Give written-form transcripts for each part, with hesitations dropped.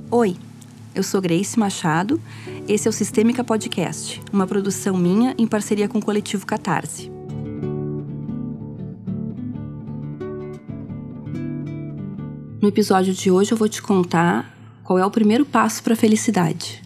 Oi, eu sou Grace Machado, esse é o Sistêmica Podcast, uma produção minha em parceria com o coletivo Catarse. No episódio de hoje eu vou te contar qual é o primeiro passo para a felicidade.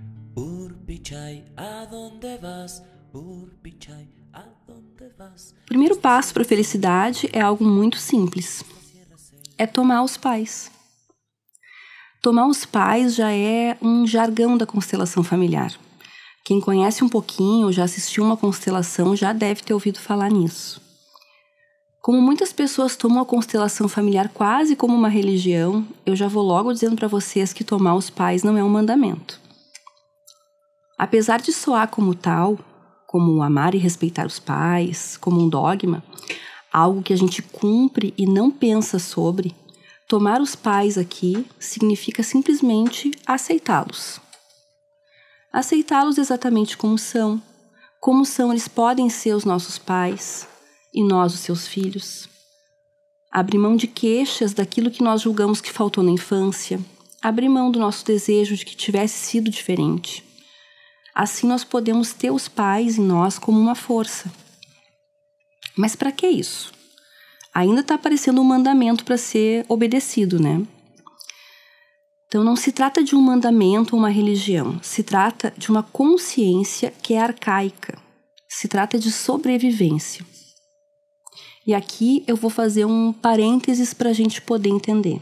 O primeiro passo para a felicidade é algo muito simples. É tomar os pais. Tomar os pais já é um jargão da constelação familiar. Quem conhece um pouquinho ou já assistiu uma constelação já deve ter ouvido falar nisso. Como muitas pessoas tomam a constelação familiar quase como uma religião, eu já vou logo dizendo para vocês que tomar os pais não é um mandamento. Apesar de soar como tal, como amar e respeitar os pais, como um dogma, algo que a gente cumpre e não pensa sobre, tomar os pais aqui significa simplesmente aceitá-los. Aceitá-los exatamente como são eles podem ser os nossos pais e nós os seus filhos. Abrir mão de queixas daquilo que nós julgamos que faltou na infância, abrir mão do nosso desejo de que tivesse sido diferente. Assim nós podemos ter os pais em nós como uma força. Mas para que isso? Ainda está aparecendo um mandamento para ser obedecido, né? Então não se trata de um mandamento ou uma religião, se trata de uma consciência que é arcaica, se trata de sobrevivência. E aqui eu vou fazer um parênteses para a gente poder entender.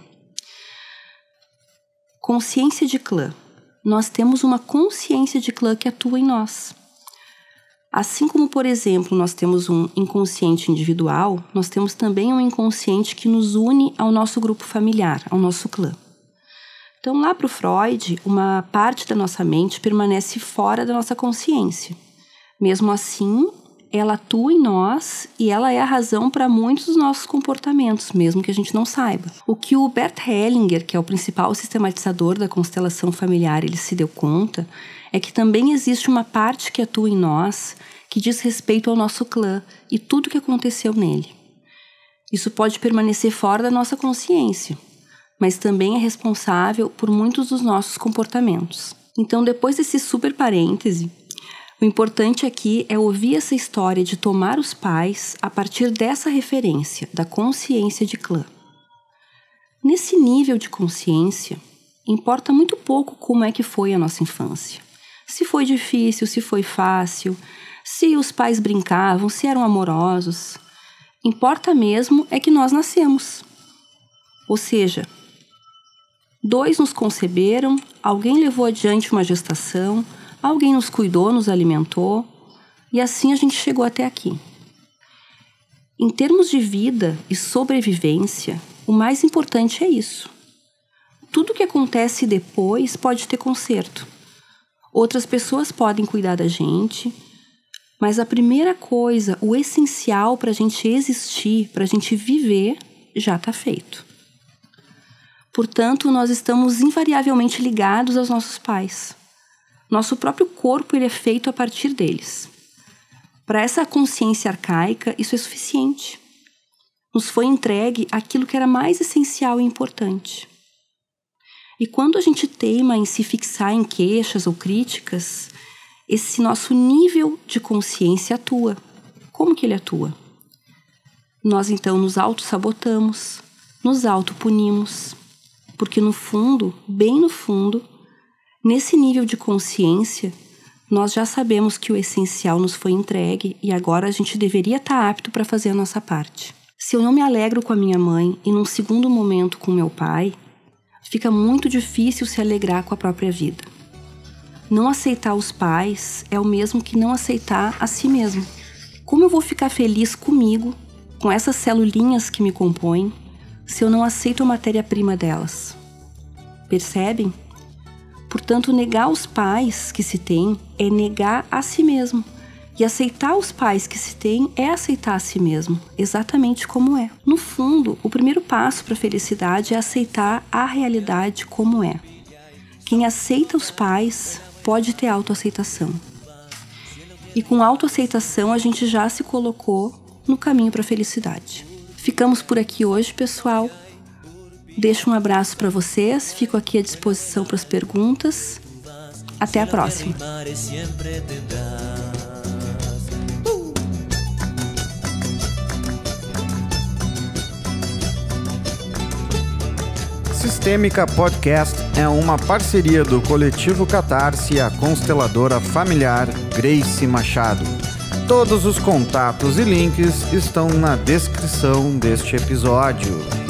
Consciência de clã. Nós temos uma consciência de clã que atua em nós. Assim como, por exemplo, nós temos um inconsciente individual, nós temos também um inconsciente que nos une ao nosso grupo familiar, ao nosso clã. Então, lá para o Freud, uma parte da nossa mente permanece fora da nossa consciência. Mesmo assim, ela atua em nós e ela é a razão para muitos dos nossos comportamentos, mesmo que a gente não saiba. O que o Bert Hellinger, que é o principal sistematizador da constelação familiar, ele se deu conta, é que também existe uma parte que atua em nós, que diz respeito ao nosso clã e tudo o que aconteceu nele. Isso pode permanecer fora da nossa consciência, mas também é responsável por muitos dos nossos comportamentos. Então, depois desse super parêntese, o importante aqui é ouvir essa história de tomar os pais a partir dessa referência, da consciência de clã. Nesse nível de consciência, importa muito pouco como é que foi a nossa infância. Se foi difícil, se foi fácil, se os pais brincavam, se eram amorosos. Importa mesmo é que nós nascemos. Ou seja, 2 nos conceberam, alguém levou adiante uma gestação, alguém nos cuidou, nos alimentou, e assim a gente chegou até aqui. Em termos de vida e sobrevivência, o mais importante é isso. Tudo que acontece depois pode ter conserto. Outras pessoas podem cuidar da gente, mas a primeira coisa, o essencial para a gente existir, para a gente viver, já está feito. Portanto, nós estamos invariavelmente ligados aos nossos pais. Nosso próprio corpo ele é feito a partir deles. Para essa consciência arcaica, isso é suficiente. Nos foi entregue aquilo que era mais essencial e importante. E quando a gente teima em se fixar em queixas ou críticas, esse nosso nível de consciência atua. Como que ele atua? Nós então nos autossabotamos, nos autopunimos, porque no fundo, bem no fundo, nesse nível de consciência, nós já sabemos que o essencial nos foi entregue e agora a gente deveria estar apto para fazer a nossa parte. Se eu não me alegro com a minha mãe e num segundo momento com meu pai, fica muito difícil se alegrar com a própria vida. Não aceitar os pais é o mesmo que não aceitar a si mesmo. Como eu vou ficar feliz comigo, com essas celulinhas que me compõem, se eu não aceito a matéria-prima delas? Percebem? Portanto, negar os pais que se tem é negar a si mesmo. E aceitar os pais que se tem é aceitar a si mesmo, exatamente como é. No fundo, o primeiro passo para a felicidade é aceitar a realidade como é. Quem aceita os pais pode ter autoaceitação. E com autoaceitação a gente já se colocou no caminho para a felicidade. Ficamos por aqui hoje, pessoal. Deixo um abraço para vocês, fico aqui à disposição para as perguntas. Até a próxima. Sistêmica Podcast é uma parceria do Coletivo Catarse e a consteladora familiar Grace Machado. Todos os contatos e links estão na descrição deste episódio.